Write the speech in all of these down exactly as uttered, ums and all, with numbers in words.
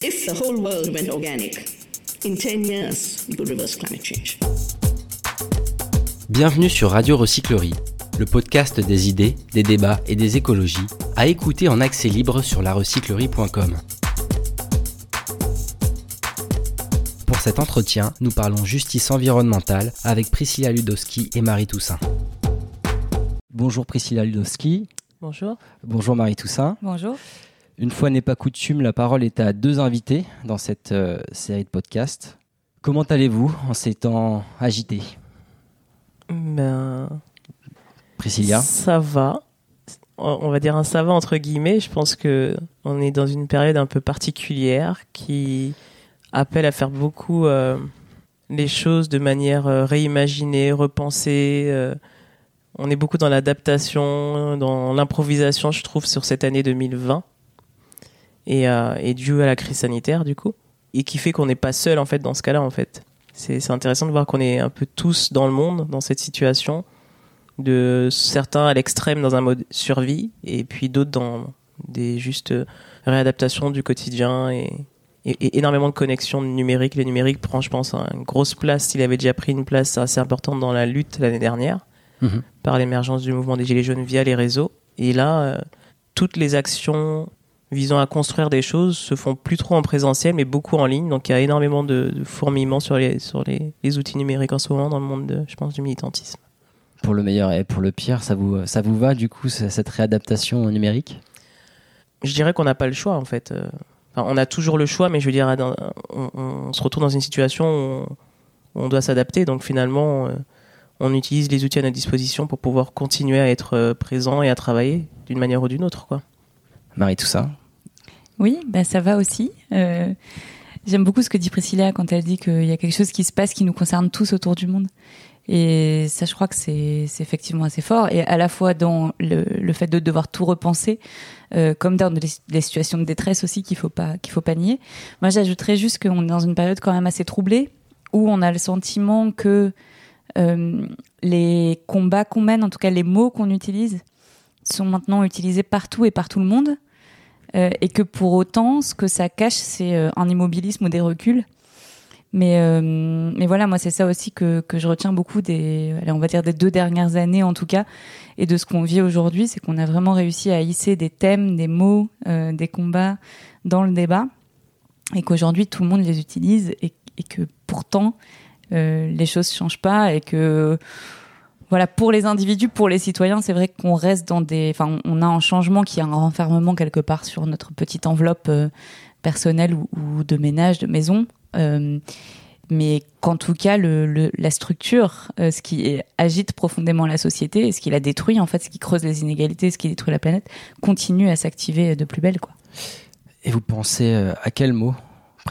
If the whole world went organic, in ten years, we could reverse climate change. Bienvenue sur Radio Recyclerie, le podcast des idées, des débats et des écologies, à écouter en accès libre sur la recyclerie point com. Pour cet entretien, nous parlons justice environnementale avec Priscilla Ludowski et Marie Toussaint. Bonjour Priscilla Ludowski. Bonjour. Bonjour Marie Toussaint. Bonjour. Une fois n'est pas coutume, la parole est à deux invités dans cette euh, série de podcasts. Comment allez-vous en ces temps agités ? Ben, Priscilla ? Ça va. On va dire un ça va entre guillemets. Je pense qu'on est dans une période un peu particulière qui appelle à faire beaucoup euh, les choses de manière euh, réimaginée, repensée. Euh, on est beaucoup dans l'adaptation, dans l'improvisation, je trouve, sur cette année deux mille vingt. Et, euh, et dû à la crise sanitaire, du coup. Et qui fait qu'on n'est pas seul, en fait, dans ce cas-là, en fait. C'est, c'est intéressant de voir qu'on est un peu tous dans le monde, dans cette situation. De certains à l'extrême dans un mode survie, et puis d'autres dans des justes réadaptations du quotidien et, et, et énormément de connexions numériques. Le numérique prend, je pense, une grosse place. Il avait déjà pris une place assez importante dans la lutte l'année dernière, mmh. par l'émergence du mouvement des Gilets jaunes via les réseaux. Et là, euh, toutes les actions visant à construire des choses se font plus trop en présentiel, mais beaucoup en ligne. Donc il y a énormément de, de fourmillement sur, les, sur les, les outils numériques en ce moment dans le monde, de, je pense, du militantisme. Pour le meilleur et pour le pire, ça vous, ça vous va, du coup, cette réadaptation numérique ? Je dirais qu'on n'a pas le choix, en fait. Enfin, on a toujours le choix, mais je veux dire, on, on se retrouve dans une situation où on, on doit s'adapter. Donc finalement, on utilise les outils à notre disposition pour pouvoir continuer à être présent et à travailler d'une manière ou d'une autre, quoi. Marie Toussaint ? Oui, bah ça va aussi. Euh, j'aime beaucoup ce que dit Priscilla quand elle dit qu'il y a quelque chose qui se passe qui nous concerne tous autour du monde. Et ça, je crois que c'est, c'est effectivement assez fort. Et à la fois dans le, le fait de devoir tout repenser, euh, comme dans des, des situations de détresse aussi qu'il faut pas, qu'il faut pas nier. Moi, j'ajouterais juste qu'on est dans une période quand même assez troublée, où on a le sentiment que euh, les combats qu'on mène, en tout cas les mots qu'on utilise, sont maintenant utilisés partout et par tout le monde. Euh, et que pour autant, ce que ça cache, c'est euh, un immobilisme ou des reculs. Mais, euh, mais voilà, moi, c'est ça aussi que, que je retiens beaucoup des, allez, on va dire des deux dernières années en tout cas, et de ce qu'on vit aujourd'hui, c'est qu'on a vraiment réussi à hisser des thèmes, des mots, euh, des combats dans le débat, et qu'aujourd'hui, tout le monde les utilise, et, et que pourtant, euh, les choses ne changent pas, et que... Voilà, pour les individus, pour les citoyens, c'est vrai qu'on reste dans des... Enfin, on a un changement qui a un renfermement quelque part sur notre petite enveloppe euh, personnelle ou, ou de ménage, de maison. Euh, mais qu'en tout cas, le, le, la structure, euh, ce qui est, agite profondément la société, et ce qui la détruit, en fait, ce qui creuse les inégalités, ce qui détruit la planète, continue à s'activer de plus belle, quoi. Et vous pensez euh, à quel mot, précisément ?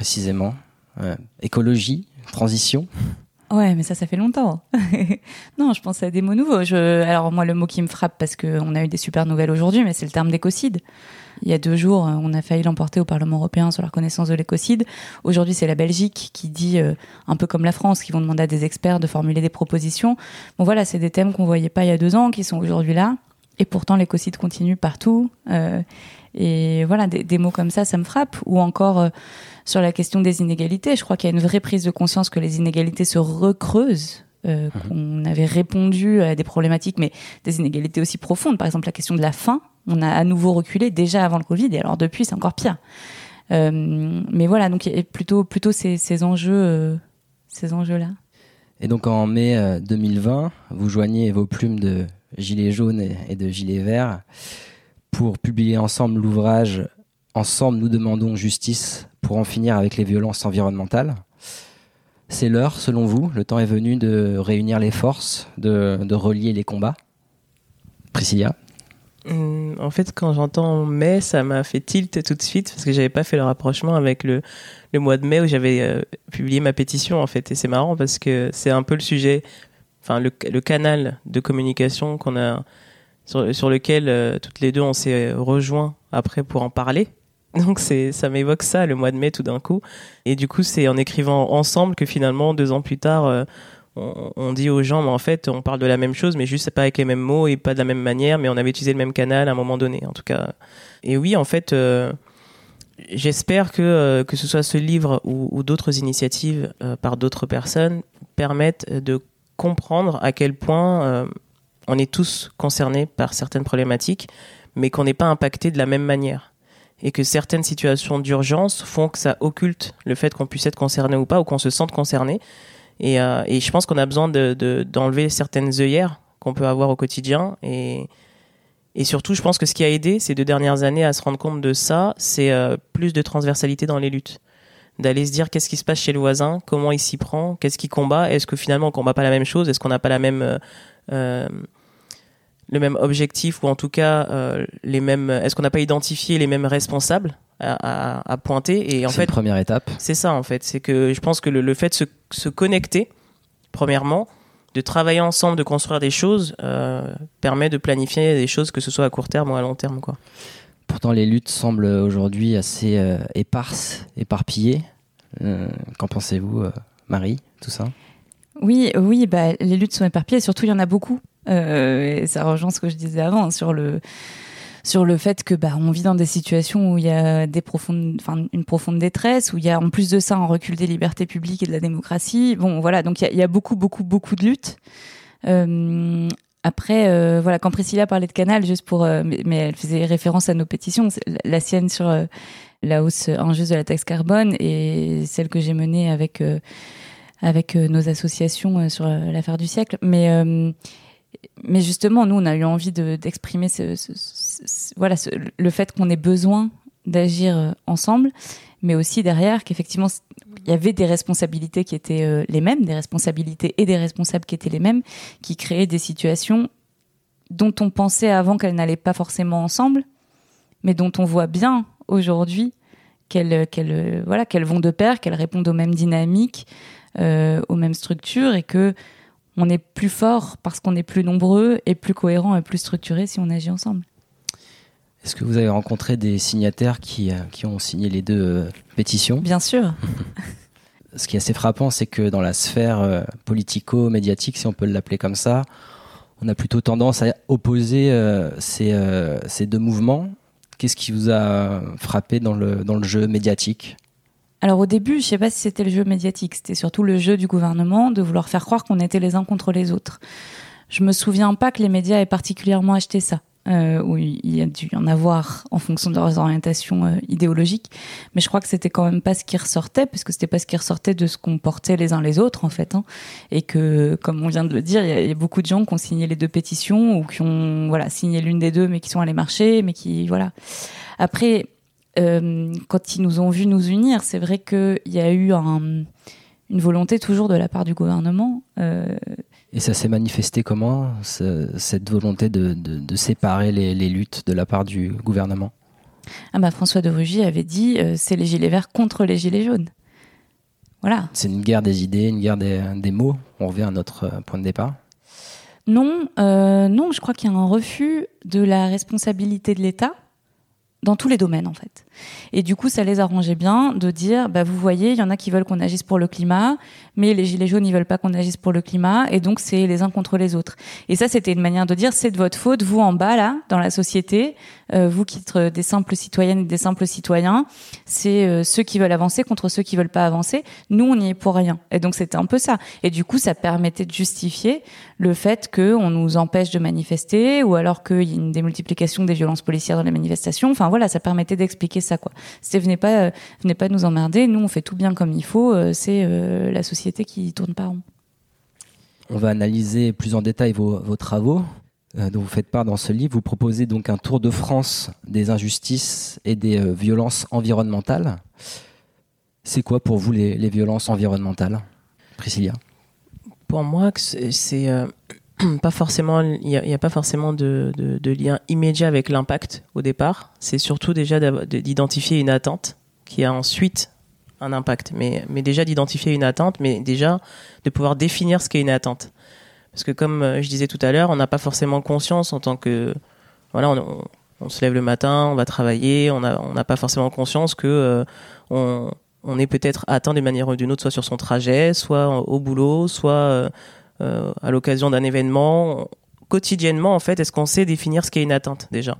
euh, Écologie ? Transition ? Ouais, mais ça, ça fait longtemps. Non, je pense à des mots nouveaux. Je... Alors moi, le mot qui me frappe, parce qu'on a eu des super nouvelles aujourd'hui, mais c'est le terme d'écocide. Il y a deux jours, on a failli l'emporter au Parlement européen sur la reconnaissance de l'écocide. Aujourd'hui, c'est la Belgique qui dit, euh, un peu comme la France, qui vont demander à des experts de formuler des propositions. Bon voilà, c'est des thèmes qu'on voyait pas il y a deux ans, qui sont aujourd'hui là. Et pourtant, l'écocide continue partout. Euh, et voilà, des, des mots comme ça, ça me frappe. Ou encore... Euh, sur la question des inégalités, je crois qu'il y a une vraie prise de conscience que les inégalités se recreusent, euh, mmh. qu'on avait répondu à des problématiques, mais des inégalités aussi profondes. Par exemple, la question de la faim, on a à nouveau reculé déjà avant le Covid, et alors depuis, c'est encore pire. Euh, mais voilà, donc il y a plutôt, plutôt ces, ces, enjeux, euh, ces enjeux-là. Et donc en mai euh, deux mille vingt, vous joignez vos plumes de gilets jaunes et, et de gilets verts pour publier ensemble l'ouvrage « Ensemble, nous demandons justice » pour en finir avec les violences environnementales. C'est l'heure, selon vous, le temps est venu de réunir les forces, de, de relier les combats. Priscilla ? Hum, en fait, quand j'entends mai, ça m'a fait tilt tout de suite, parce que j'avais pas fait le rapprochement avec le, le mois de mai où j'avais euh, publié ma pétition, en fait. Et c'est marrant parce que c'est un peu le sujet, enfin, le, le canal de communication qu'on a, sur, sur lequel euh, toutes les deux on s'est rejoints après pour en parler. Donc c'est, ça m'évoque ça, le mois de mai tout d'un coup. Et du coup, c'est en écrivant ensemble que finalement, deux ans plus tard, euh, on, on dit aux gens, mais en fait, on parle de la même chose, mais juste pas avec les mêmes mots et pas de la même manière, mais on avait utilisé le même canal à un moment donné, en tout cas. Et oui, en fait, euh, j'espère que, euh, que ce soit ce livre ou, ou d'autres initiatives euh, par d'autres personnes permettent de comprendre à quel point euh, on est tous concernés par certaines problématiques, mais qu'on n'est pas impacté de la même manière. Et que certaines situations d'urgence font que ça occulte le fait qu'on puisse être concerné ou pas, ou qu'on se sente concerné. Et, euh, et je pense qu'on a besoin de, de, d'enlever certaines œillères qu'on peut avoir au quotidien. Et, et surtout, je pense que ce qui a aidé ces deux dernières années à se rendre compte de ça, c'est euh, plus de transversalité dans les luttes. D'aller se dire qu'est-ce qui se passe chez le voisin, comment il s'y prend, qu'est-ce qu'il combat, est-ce que finalement on combat pas la même chose, est-ce qu'on n'a pas la même... Euh, euh, le même objectif, ou en tout cas euh, les mêmes, est-ce qu'on n'a pas identifié les mêmes responsables à, à, à pointer. Et en c'est fait, la première étape. C'est ça en fait, c'est que je pense que le, le fait de se, se connecter, premièrement, de travailler ensemble, de construire des choses, euh, permet de planifier des choses, que ce soit à court terme ou à long terme, quoi. Pourtant, les luttes semblent aujourd'hui assez euh, éparses, éparpillées. Euh, qu'en pensez-vous, euh, Marie, tout ça? Oui, oui, bah, les luttes sont éparpillées, et surtout il y en a beaucoup. Euh, et ça rejoint ce que je disais avant, hein, sur le sur le fait que bah on vit dans des situations où il y a des profondes, enfin une profonde détresse, où il y a en plus de ça un recul des libertés publiques et de la démocratie. Bon, voilà, donc il y a, il y a beaucoup, beaucoup, beaucoup de luttes. Euh, après, euh, voilà, quand Priscilla parlait de Canal, juste pour, euh, mais, mais elle faisait référence à nos pétitions, la, la sienne sur euh, la hausse injuste de la taxe carbone et celle que j'ai menée avec euh, avec euh, nos associations euh, sur euh, l'affaire du siècle, mais euh, Mais justement, nous, on a eu envie de, d'exprimer ce, ce, ce, ce, voilà, ce, le fait qu'on ait besoin d'agir ensemble, mais aussi derrière qu'effectivement, il y avait des responsabilités qui étaient euh, les mêmes, des responsabilités et des responsables qui étaient les mêmes, qui créaient des situations dont on pensait avant qu'elles n'allaient pas forcément ensemble, mais dont on voit bien aujourd'hui qu'elles, qu'elles, voilà, qu'elles vont de pair, qu'elles répondent aux mêmes dynamiques, euh, aux mêmes structures, et que on est plus fort parce qu'on est plus nombreux et plus cohérent et plus structuré si on agit ensemble. Est-ce que vous avez rencontré des signataires qui, qui ont signé les deux euh, pétitions ? Bien sûr. Ce qui est assez frappant, c'est que dans la sphère euh, politico-médiatique, si on peut l'appeler comme ça, on a plutôt tendance à opposer euh, ces, euh, ces deux mouvements. Qu'est-ce qui vous a frappé dans le, dans le jeu médiatique ? Alors au début, je ne sais pas si c'était le jeu médiatique, c'était surtout le jeu du gouvernement de vouloir faire croire qu'on était les uns contre les autres. Je me souviens pas que les médias aient particulièrement acheté ça, euh, où il y a dû y en avoir en fonction de leurs orientations euh, idéologiques, mais je crois que c'était quand même pas ce qui ressortait, parce que c'était pas ce qui ressortait de ce qu'on portait les uns les autres en fait, hein, et que, comme on vient de le dire, il y, y a beaucoup de gens qui ont signé les deux pétitions ou qui ont voilà signé l'une des deux, mais qui sont allés marcher, mais qui voilà. Après. Euh, quand ils nous ont vus nous unir, c'est vrai qu'il y a eu un, une volonté toujours de la part du gouvernement. Euh... Et ça s'est manifesté comment, ce, cette volonté de, de, de séparer les, les luttes de la part du gouvernement ? Ah bah François de Rugy avait dit euh, c'est les gilets verts contre les gilets jaunes. Voilà. C'est une guerre des idées, une guerre des, des mots. On revient à notre point de départ. Non, euh, non, je crois qu'il y a un refus de la responsabilité de l'État dans tous les domaines en fait. Et du coup, ça les arrangeait bien de dire, bah vous voyez, il y en a qui veulent qu'on agisse pour le climat, mais les gilets jaunes, ils veulent pas qu'on agisse pour le climat, et donc c'est les uns contre les autres. Et ça, c'était une manière de dire, c'est de votre faute, vous en bas là, dans la société, euh, vous qui êtes des simples citoyennes et des simples citoyens, c'est euh, ceux qui veulent avancer contre ceux qui veulent pas avancer. Nous, on n'y est pour rien. Et donc c'était un peu ça. Et du coup, ça permettait de justifier le fait que on nous empêche de manifester, ou alors qu'il y ait une démultiplication des violences policières dans les manifestations. Enfin voilà, ça permettait d'expliquer ça quoi. C'était venez pas, euh, venez pas nous emmerder. Nous, on fait tout bien comme il faut. Euh, c'est euh, la société qui tourne pas rond. On va analyser plus en détail vos, vos travaux euh, dont vous faites part dans ce livre. Vous proposez donc un tour de France des injustices et des euh, violences environnementales. C'est quoi pour vous les, les violences environnementales, Priscilla ? Pour moi, c'est, c'est euh, pas forcément, il n'y a, a pas forcément de, de, de lien immédiat avec l'impact au départ. C'est surtout déjà d'identifier une attente qui a ensuite un impact. Mais, mais déjà d'identifier une attente, mais déjà de pouvoir définir ce qu'est une attente. Parce que comme je disais tout à l'heure, on n'a pas forcément conscience en tant que... Voilà, on, on, on se lève le matin, on va travailler, on n'a on n'a pas forcément conscience que euh, on, on est peut-être atteint d'une manière ou d'une autre, soit sur son trajet, soit au boulot, soit euh, euh, à l'occasion d'un événement. Quotidiennement, en fait, est-ce qu'on sait définir ce qu'est une attente déjà ?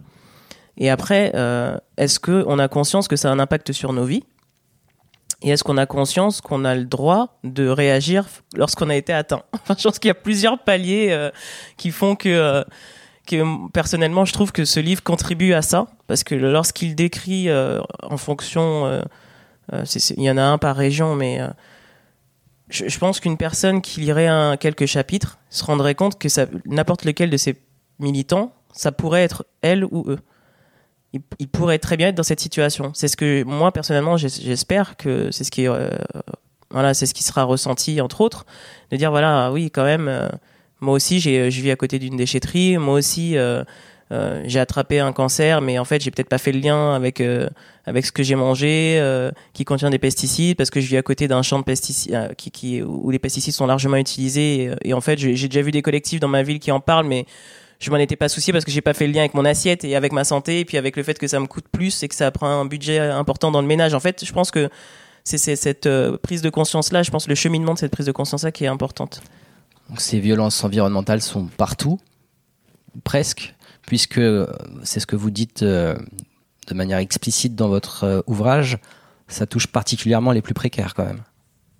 Et après, euh, est-ce qu'on a conscience que ça a un impact sur nos vies ? Et est-ce qu'on a conscience qu'on a le droit de réagir lorsqu'on a été atteint ? Enfin, je pense qu'il y a plusieurs paliers euh, qui font que, euh, que, personnellement, je trouve que ce livre contribue à ça. Parce que lorsqu'il décrit euh, en fonction... Euh, euh, c'est, c'est, il y en a un par région, mais... Euh, je, je pense qu'une personne qui lirait un, quelques chapitres se rendrait compte que ça, n'importe lequel de ces militants, ça pourrait être elle ou eux. Il, il pourrait très bien être dans cette situation. C'est ce que moi personnellement j'espère que c'est ce qui euh, voilà, c'est ce qui sera ressenti entre autres, de dire voilà, oui quand même euh, moi aussi j'ai je vis à côté d'une déchetterie, moi aussi euh, euh, j'ai attrapé un cancer, mais en fait j'ai peut-être pas fait le lien avec euh, avec ce que j'ai mangé euh, qui contient des pesticides, parce que je vis à côté d'un champ de pesticides euh, qui qui où les pesticides sont largement utilisés et, et en fait j'ai, j'ai déjà vu des collectifs dans ma ville qui en parlent, mais je m'en étais pas soucié parce que j'ai pas fait le lien avec mon assiette et avec ma santé, et puis avec le fait que ça me coûte plus et que ça prend un budget important dans le ménage. En fait, je pense que c'est, c'est cette euh, prise de conscience-là, je pense le cheminement de cette prise de conscience-là qui est importante. Donc ces violences environnementales sont partout, presque, puisque c'est ce que vous dites euh, de manière explicite dans votre euh, ouvrage, ça touche particulièrement les plus précaires quand même.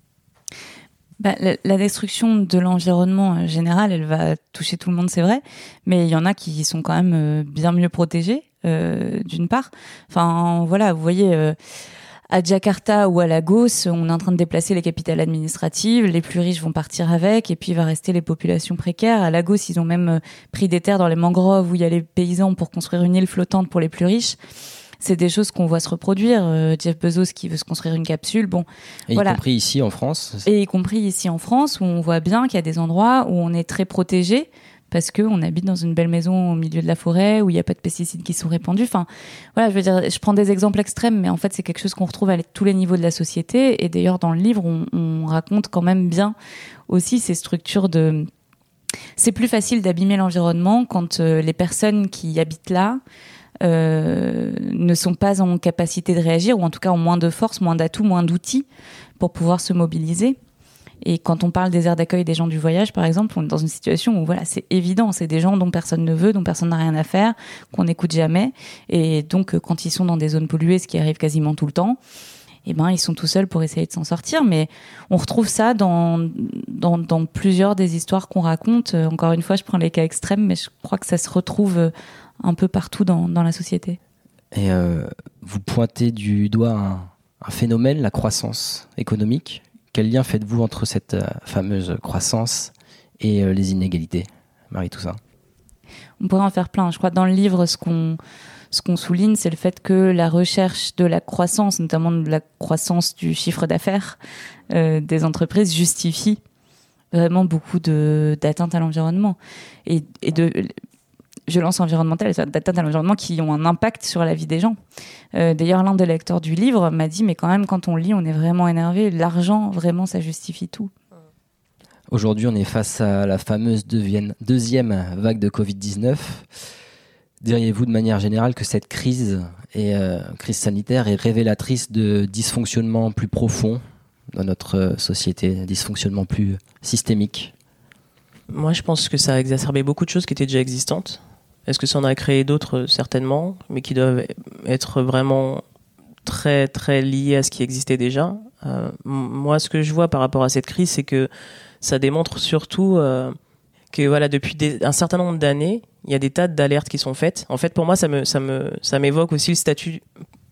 Bah, la, la destruction de l'environnement euh, général, elle va toucher tout le monde, c'est vrai, mais il y en a qui sont quand même euh, bien mieux protégés, euh, d'une part. Enfin, voilà, vous voyez, euh, à Jakarta ou à Lagos, on est en train de déplacer les capitales administratives, les plus riches vont partir avec, et puis il va rester les populations précaires. À Lagos, ils ont même euh, pris des terres dans les mangroves où il y a les paysans pour construire une île flottante pour les plus riches. C'est des choses qu'on voit se reproduire. Euh, Jeff Bezos qui veut se construire une capsule, bon, et voilà. Y compris ici en France. Et y compris ici en France, où on voit bien qu'il y a des endroits où on est très protégé parce qu'on habite dans une belle maison au milieu de la forêt, où il n'y a pas de pesticides qui sont répandus. Enfin, voilà, je veux dire, je prends des exemples extrêmes, mais en fait, c'est quelque chose qu'on retrouve à tous les niveaux de la société. Et d'ailleurs, dans le livre, on, on raconte quand même bien aussi ces structures de... C'est plus facile d'abîmer l'environnement quand euh, les personnes qui habitent là Euh, ne sont pas en capacité de réagir, ou en tout cas ont moins de force, moins d'atouts, moins d'outils pour pouvoir se mobiliser. Et quand on parle des aires d'accueil des gens du voyage, par exemple, on est dans une situation où voilà, c'est évident, c'est des gens dont personne ne veut, dont personne n'a rien à faire, qu'on n'écoute jamais. Et donc, quand ils sont dans des zones polluées, ce qui arrive quasiment tout le temps, eh ben, ils sont tout seuls pour essayer de s'en sortir. Mais on retrouve ça dans, dans, dans plusieurs des histoires qu'on raconte. Encore une fois, je prends les cas extrêmes, mais je crois que ça se retrouve un peu partout dans, dans la société. Et euh, vous pointez du doigt un, un phénomène, la croissance économique. Quel lien faites-vous entre cette euh, fameuse croissance et euh, les inégalités, Marie Toussaint ? On pourrait en faire plein. Je crois que dans le livre, ce qu'on, ce qu'on souligne, c'est le fait que la recherche de la croissance, notamment de la croissance du chiffre d'affaires euh, des entreprises, justifie vraiment beaucoup de, d'atteintes à l'environnement et, et de violences environnementales, d'atteintes à l'environnement qui ont un impact sur la vie des gens. Euh, d'ailleurs, l'un des lecteurs du livre m'a dit, mais quand même, quand on lit, on est vraiment énervé. L'argent, vraiment, ça justifie tout. Aujourd'hui, on est face à la fameuse deuxième vague de covid dix-neuf. Diriez-vous de manière générale que cette crise, et, euh, crise sanitaire est révélatrice de dysfonctionnements plus profonds dans notre société, dysfonctionnements plus systémiques ? Moi, je pense que ça a exacerbé beaucoup de choses qui étaient déjà existantes. Est-ce que ça en a créé d'autres ? Certainement, mais qui doivent être vraiment très, très liées à ce qui existait déjà. Euh, moi, ce que je vois par rapport à cette crise, c'est que ça démontre surtout euh, que voilà, depuis des, un certain nombre d'années, il y a des tas d'alertes qui sont faites. En fait, pour moi, ça me, ça me, ça m'évoque aussi le statut.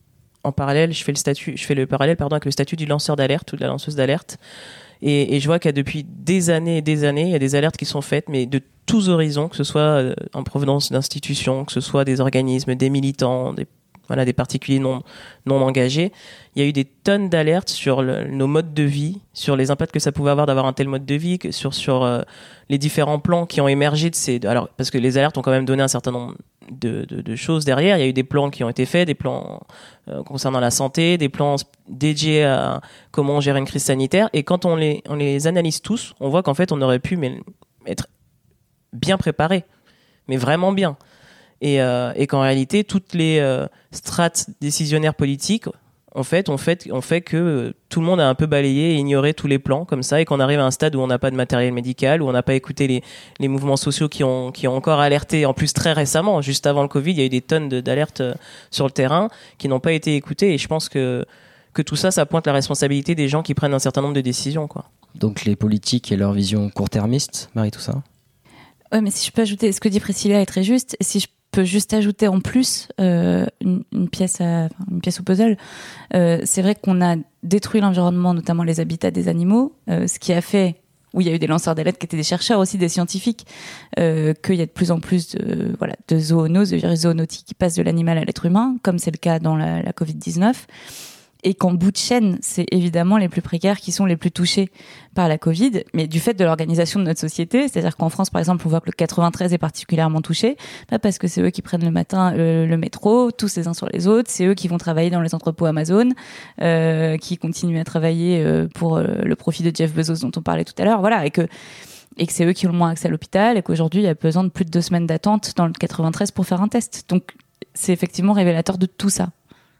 En parallèle, je fais le statut, je fais le parallèle, pardon, avec le statut du lanceur d'alerte ou de la lanceuse d'alerte. Et, et je vois qu'il y a depuis des années et des années, il y a des alertes qui sont faites, mais de tous horizons, que ce soit en provenance d'institutions, que ce soit des organismes, des militants, des, voilà, des particuliers non, non engagés. Il y a eu des tonnes d'alertes sur le, nos modes de vie, sur les impacts que ça pouvait avoir d'avoir un tel mode de vie, que sur, sur euh, les différents plans qui ont émergé de ces... Alors, parce que les alertes ont quand même donné un certain nombre de, de, de choses derrière. Il y a eu des plans qui ont été faits, des plans euh, concernant la santé, des plans dédiés à comment on gère une crise sanitaire. Et quand on les, on les analyse tous, on voit qu'en fait, on aurait pu mais, être bien préparé, mais vraiment bien. Et, euh, et qu'en réalité, toutes les euh, strates décisionnaires politiques En fait, on fait, on fait que tout le monde a un peu balayé et ignoré tous les plans comme ça, et qu'on arrive à un stade où on n'a pas de matériel médical, où on n'a pas écouté les, les mouvements sociaux qui ont, qui ont encore alerté, en plus très récemment, juste avant le Covid, il y a eu des tonnes de, d'alertes sur le terrain qui n'ont pas été écoutées, et je pense que, que tout ça, ça pointe la responsabilité des gens qui prennent un certain nombre de décisions, quoi. Donc les politiques et leur vision court-termiste, Marie Toussaint. Ouais, mais si je peux ajouter, ce que dit Priscilla est très juste, si je peux juste ajouter en plus euh, une, une pièce à, enfin, une pièce au puzzle. Euh, c'est vrai qu'on a détruit l'environnement, notamment les habitats des animaux, euh, ce qui a fait, où il y a eu des lanceurs d'alerte qui étaient des chercheurs aussi, des scientifiques, euh, qu'il y a de plus en plus de, voilà, de zoonoses, de virus zoonotiques qui passent de l'animal à l'être humain, comme c'est le cas dans la, la covid dix-neuf. Et qu'en bout de chaîne, c'est évidemment les plus précaires qui sont les plus touchés par la Covid, mais du fait de l'organisation de notre société, c'est-à-dire qu'en France, par exemple, on voit que le quatre-vingt-treize est particulièrement touché, pas parce que c'est eux qui prennent le matin euh, le métro, tous les uns sur les autres, c'est eux qui vont travailler dans les entrepôts Amazon, euh, qui continuent à travailler euh, pour euh, le profit de Jeff Bezos dont on parlait tout à l'heure, voilà, et que et que c'est eux qui ont le moins accès à l'hôpital, et qu'aujourd'hui, il y a besoin de plus de deux semaines d'attente dans le quatre-vingt-treize pour faire un test. Donc, c'est effectivement révélateur de tout ça.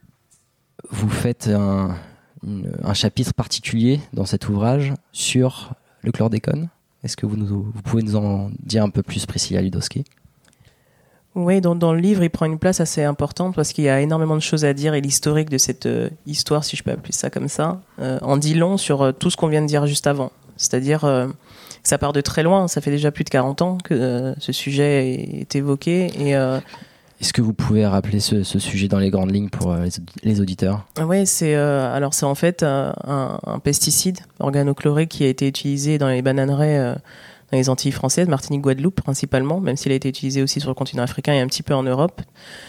Vous faites un, une, un chapitre particulier dans cet ouvrage sur le chlordécone. Est-ce que vous, nous, vous pouvez nous en dire un peu plus, Priscilla Ludowski ? Oui, dans, dans le livre, il prend une place assez importante parce qu'il y a énormément de choses à dire, et l'historique de cette euh, histoire, si je peux appeler ça comme ça, euh, en dit long sur euh, tout ce qu'on vient de dire juste avant. C'est-à-dire euh, que ça part de très loin, ça fait déjà plus de quarante ans que euh, ce sujet est évoqué, et... Euh, Est-ce que vous pouvez rappeler ce, ce sujet dans les grandes lignes pour euh, les, les auditeurs ? Oui, c'est euh, alors c'est en fait euh, un, un pesticide organochloré qui a été utilisé dans les bananeraies euh, dans les Antilles françaises, Martinique, Guadeloupe principalement, même s'il a été utilisé aussi sur le continent africain et un petit peu en Europe,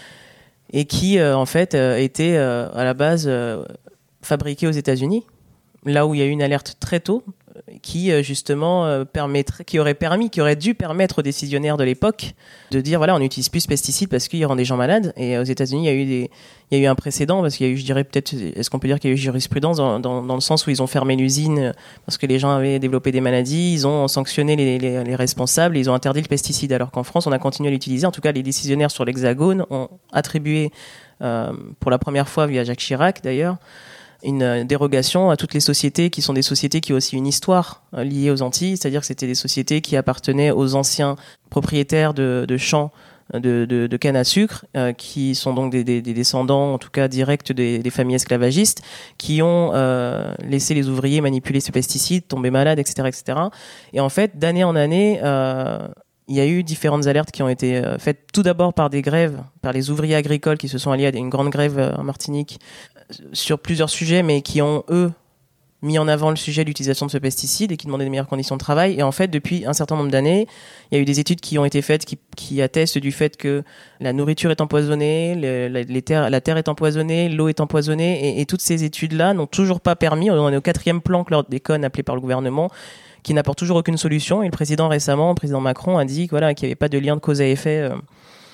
et qui euh, en fait euh, était euh, à la base euh, fabriqué aux États-Unis, là où il y a eu une alerte très tôt, qui justement euh, permettrait, qui aurait permis, qui aurait dû permettre aux décisionnaires de l'époque de dire voilà, on n'utilise plus ce pesticide parce qu'il rend des gens malades. Et aux États-Unis, il y a eu des, il y a eu un précédent parce qu'il y a eu, je dirais peut-être, est-ce qu'on peut dire qu'il y a eu jurisprudence dans, dans, dans le sens où ils ont fermé l'usine parce que les gens avaient développé des maladies, ils ont sanctionné les, les, les responsables, et ils ont interdit le pesticide. Alors qu'en France, on a continué à l'utiliser. En tout cas, les décisionnaires sur l'Hexagone ont attribué, euh, pour la première fois via Jacques Chirac d'ailleurs, une dérogation à toutes les sociétés qui sont des sociétés qui ont aussi une histoire euh, liée aux Antilles, c'est-à-dire que c'était des sociétés qui appartenaient aux anciens propriétaires de, de champs de, de, de canne à sucre, euh, qui sont donc des, des, des descendants, en tout cas directs des, des familles esclavagistes, qui ont euh, laissé les ouvriers manipuler ces pesticides, tomber malades, et cetera, et cetera. Et en fait, d'année en année, euh, il y a eu différentes alertes qui ont été euh, faites tout d'abord par des grèves, par les ouvriers agricoles qui se sont alliés à une grande grève euh, en Martinique, sur plusieurs sujets, mais qui ont, eux, mis en avant le sujet de l'utilisation de ce pesticide et qui demandaient de meilleures conditions de travail. Et en fait, depuis un certain nombre d'années, il y a eu des études qui ont été faites qui, qui attestent du fait que la nourriture est empoisonnée, le, la, les terres, la terre est empoisonnée, l'eau est empoisonnée, et, et toutes ces études-là n'ont toujours pas permis, on est au quatrième plan chlordécone appelé par le gouvernement, qui n'apporte toujours aucune solution. Et le président récemment, le président Macron, a dit voilà, qu'il n'y avait pas de lien de cause à effet euh,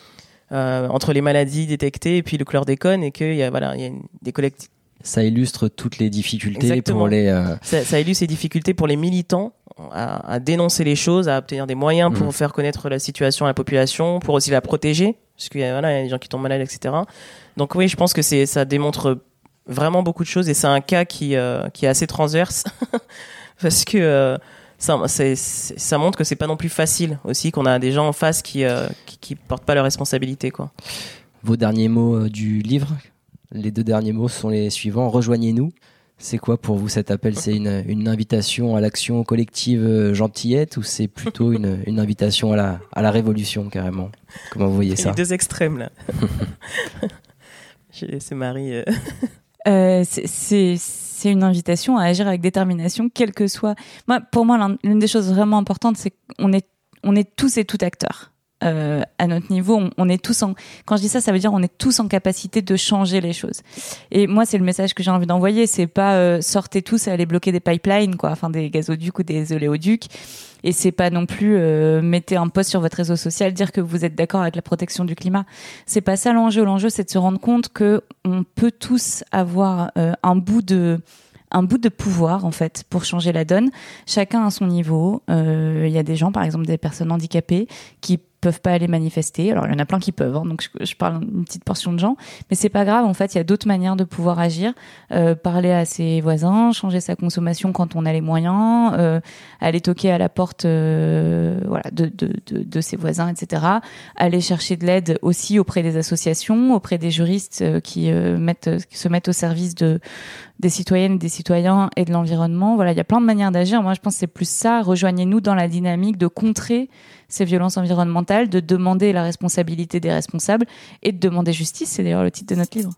Euh, entre les maladies détectées et puis le chlordécone, et qu'il y a, voilà, il y a une, des collectifs. Ça illustre toutes les difficultés. Exactement. pour les... Euh... Ça, ça illustre les difficultés pour les militants à, à dénoncer les choses, à obtenir des moyens pour mmh. faire connaître la situation à la population, pour aussi la protéger, parce qu'il y a, voilà, il y a des gens qui tombent malades, et cetera. Donc oui, je pense que c'est, ça démontre vraiment beaucoup de choses, et c'est un cas qui, euh, qui est assez transverse, parce que euh, Ça, c'est, c'est, ça montre que c'est pas non plus facile aussi, qu'on a des gens en face qui, euh, qui, qui portent pas leurs responsabilités, quoi. Vos derniers mots du livre, les deux derniers mots sont les suivants. Rejoignez-nous. C'est quoi pour vous cet appel ? C'est une, une invitation à l'action collective gentillette, ou c'est plutôt une, une invitation à la, à la révolution, carrément ? Comment vous voyez ça ? Les deux extrêmes, là. J'ai laissé Marie... Euh... Euh, c'est... c'est... c'est une invitation à agir avec détermination, quel que soit... Moi, pour moi, l'une des choses vraiment importantes, c'est qu'on est, on est tous et toutes acteurs. Euh, à notre niveau, on, on est tous en... Quand je dis ça, ça veut dire on est tous en capacité de changer les choses. Et moi, c'est le message que j'ai envie d'envoyer. C'est pas euh, sortez tous et allez bloquer des pipelines, quoi, enfin des gazoducs ou des oléoducs. Et c'est pas non plus euh, mettez un post sur votre réseau social, dire que vous êtes d'accord avec la protection du climat. C'est pas ça l'enjeu. L'enjeu, c'est de se rendre compte que on peut tous avoir euh, un bout de un bout de pouvoir, en fait, pour changer la donne. Chacun à son niveau. Il euh, y a des gens, par exemple, des personnes handicapées, qui peuvent pas aller manifester. Alors il y en a plein qui peuvent, hein, donc je, je parle d'une petite portion de gens, mais c'est pas grave. En fait, il y a d'autres manières de pouvoir agir, euh, parler à ses voisins, changer sa consommation quand on a les moyens, euh, aller toquer à la porte, euh, voilà, de, de, de, de ses voisins, et cetera. Aller chercher de l'aide aussi auprès des associations, auprès des juristes euh, qui euh, mettent, qui se mettent au service de des citoyennes, des citoyens et de l'environnement. Voilà, il y a plein de manières d'agir. Moi, je pense que c'est plus ça. Rejoignez-nous dans la dynamique de contrer ces violences environnementales, de demander la responsabilité des responsables et de demander justice. C'est d'ailleurs le titre de notre livre.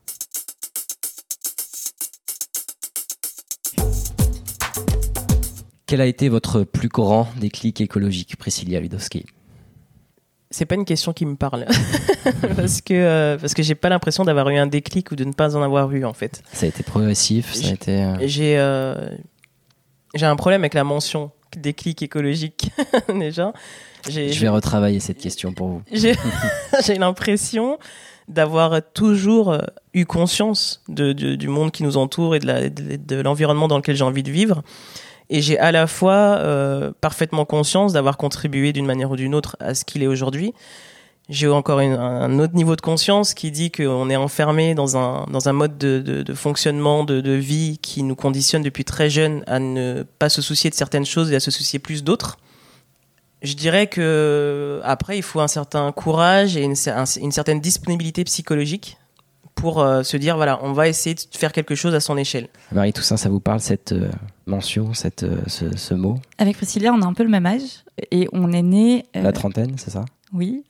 Quel a été votre plus grand déclic écologique, Priscilla Ludowski ? C'est pas une question qui me parle parce que euh, parce que j'ai pas l'impression d'avoir eu un déclic ou de ne pas en avoir eu en fait. Ça a été progressif, ça a j'ai, été. Euh... J'ai euh, j'ai un problème avec la mention déclic écologique déjà. J'ai, Je vais retravailler cette question pour vous. J'ai, j'ai l'impression d'avoir toujours eu conscience de, de, du monde qui nous entoure et de, la, de, de l'environnement dans lequel j'ai envie de vivre. Et j'ai à la fois euh, parfaitement conscience d'avoir contribué d'une manière ou d'une autre à ce qu'il est aujourd'hui. J'ai encore une, un autre niveau de conscience qui dit qu'on est enfermé dans un, dans un mode de, de, de fonctionnement, de, de vie qui nous conditionne depuis très jeune à ne pas se soucier de certaines choses et à se soucier plus d'autres. Je dirais que après, il faut un certain courage et une, un, une certaine disponibilité psychologique pour euh, se dire, voilà, on va essayer de faire quelque chose à son échelle. Marie Toussaint, ça vous parle, cette euh, mention, cette, euh, ce, ce mot ? Avec Priscilla, on a un peu le même âge et on est nés... Euh... La trentaine, c'est ça ? Oui,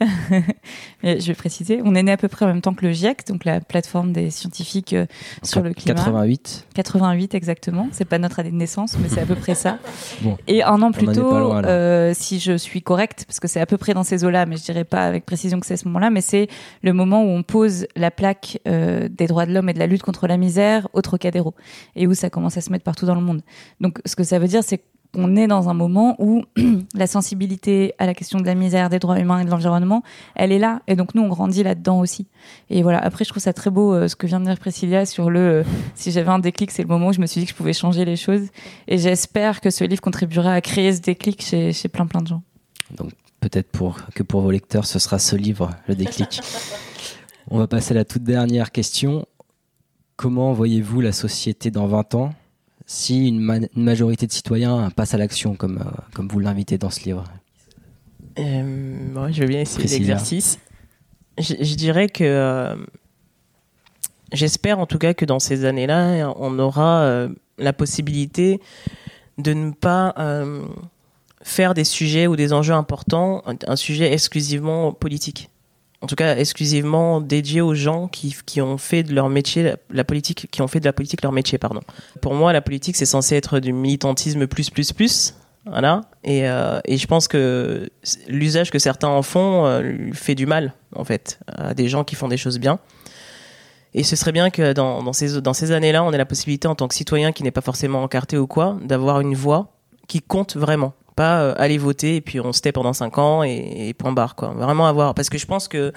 je vais préciser. On est né à peu près en même temps que le GIEC, donc la plateforme des scientifiques euh, sur le climat. quatre-vingt-huit quatre-vingt-huit exactement. C'est pas notre année de naissance, mais c'est à peu près ça. Bon, et un an plus tôt, loin, euh, si je suis correcte, parce que c'est à peu près dans ces eaux-là, mais je dirais pas avec précision que c'est ce moment-là, mais c'est le moment où on pose la plaque euh, des droits de l'homme et de la lutte contre la misère au Trocadéro, et où ça commence à se mettre partout dans le monde. Donc, ce que ça veut dire, c'est on est dans un moment où la sensibilité à la question de la misère, des droits humains et de l'environnement, elle est là. Et donc, nous, on grandit là-dedans aussi. Et voilà. Après, je trouve ça très beau, euh, ce que vient de dire Priscilla sur le euh, si j'avais un déclic, c'est le moment où je me suis dit que je pouvais changer les choses. Et j'espère que ce livre contribuera à créer ce déclic chez, chez plein, plein de gens. Donc, peut-être pour, que pour vos lecteurs, ce sera ce livre, le déclic. On va passer à la toute dernière question. Comment voyez-vous la société dans vingt ans ? Si une, ma- une majorité de citoyens passe à l'action, comme, euh, comme vous l'invitez dans ce livre ? euh, ouais, Je vais bien essayer Priscilla. l'exercice. Je, je dirais que... Euh, j'espère en tout cas que dans ces années-là, on aura euh, la possibilité de ne pas euh, faire des sujets ou des enjeux importants un, un sujet exclusivement politique. En tout cas, exclusivement dédié aux gens qui, qui ont fait de leur métier la, la politique, qui ont fait de la politique leur métier, pardon. Pour moi, la politique, c'est censé être du militantisme plus, plus, plus, voilà. Et, euh, et je pense que l'usage que certains en font euh, fait du mal, en fait, à des gens qui font des choses bien. Et ce serait bien que dans, dans ces, dans ces années-là, on ait la possibilité, en tant que citoyen qui n'est pas forcément encarté ou quoi, d'avoir une voix qui compte vraiment. Pas euh, aller voter et puis on se tait pendant cinq ans et, et point barre, quoi. Vraiment avoir, parce que je pense que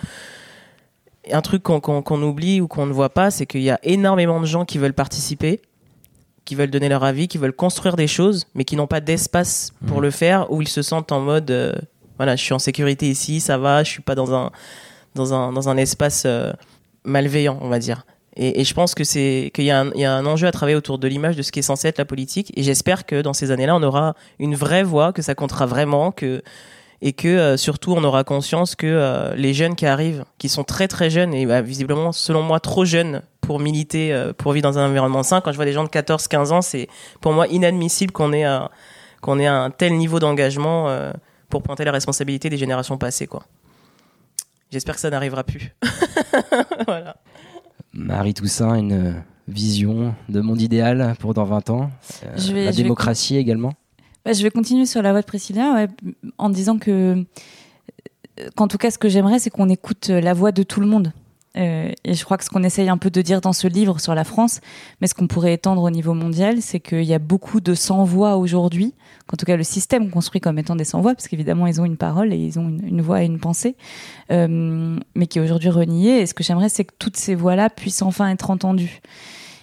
un truc qu'on, qu'on, qu'on oublie ou qu'on ne voit pas, c'est qu'il y a énormément de gens qui veulent participer, qui veulent donner leur avis, qui veulent construire des choses, mais qui n'ont pas d'espace pour mmh. le faire, où ils se sentent en mode euh, voilà, je suis en sécurité ici, ça va, je suis pas dans un dans un dans un espace euh, malveillant, on va dire. Et, et je pense que c'est qu'il y a, un, il y a un enjeu à travailler autour de l'image de ce qui est censé être la politique. Et j'espère que dans ces années-là, on aura une vraie voix, que ça comptera vraiment, que et que euh, surtout on aura conscience que euh, les jeunes qui arrivent, qui sont très très jeunes et bah, visiblement, selon moi, trop jeunes pour militer, euh, pour vivre dans un environnement sain. Quand je vois des gens de quatorze quinze ans, c'est pour moi inadmissible qu'on ait un, qu'on ait un tel niveau d'engagement euh, pour pointer la responsabilité des générations passées, quoi. J'espère que ça n'arrivera plus. Voilà. Marie Toussaint, une vision de monde idéal pour dans vingt ans. Euh, je vais, la je démocratie vais... également. Bah, je vais continuer sur la voie de Priscilla, ouais, en disant que, qu'en tout cas, ce que j'aimerais, c'est qu'on écoute la voix de tout le monde. Euh, et je crois que ce qu'on essaye un peu de dire dans ce livre sur la France, mais ce qu'on pourrait étendre au niveau mondial, c'est qu'il y a beaucoup de sans-voix aujourd'hui, qu'en tout cas le système construit comme étant des sans-voix, parce qu'évidemment ils ont une parole et ils ont une, une voix et une pensée, euh, mais qui est aujourd'hui reniée. Et ce que j'aimerais, c'est que toutes ces voix-là puissent enfin être entendues.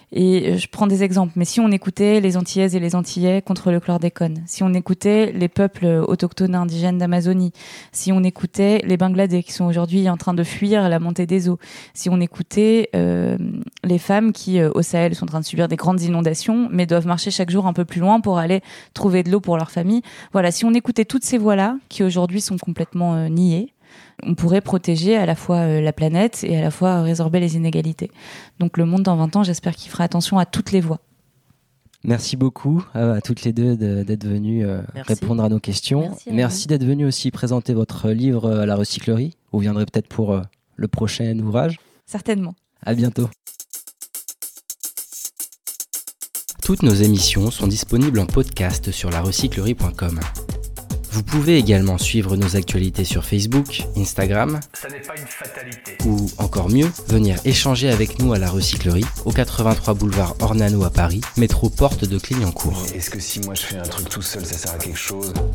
Et je prends des exemples, mais si on écoutait les Antillaises et les Antillais contre le chlordécone, si on écoutait les peuples autochtones indigènes d'Amazonie, si on écoutait les Bangladais qui sont aujourd'hui en train de fuir la montée des eaux, si on écoutait euh, les femmes qui, euh, au Sahel, sont en train de subir des grandes inondations, mais doivent marcher chaque jour un peu plus loin pour aller trouver de l'eau pour leur famille. Voilà, si on écoutait toutes ces voix-là, qui aujourd'hui sont complètement euh, niées, on pourrait protéger à la fois euh, la planète et à la fois euh, résorber les inégalités. Donc le monde dans vingt ans, j'espère qu'il fera attention à toutes les voix. Merci beaucoup à, à toutes les deux de, d'être venues euh, répondre à nos questions. Merci, Merci d'être venues aussi présenter votre livre à la recyclerie. Vous viendrez peut-être pour euh, le prochain ouvrage. Certainement. À bientôt. Toutes nos émissions sont disponibles en podcast sur la recyclerie point com. Vous pouvez également suivre nos actualités sur Facebook, Instagram, Ça n'est pas une fatalité. ou encore mieux, venir échanger avec nous à la recyclerie, au quatre-vingt-trois boulevard Ornano à Paris, métro porte de Clignancourt. Est-ce que si moi je fais un truc tout seul, ça sert à quelque chose ?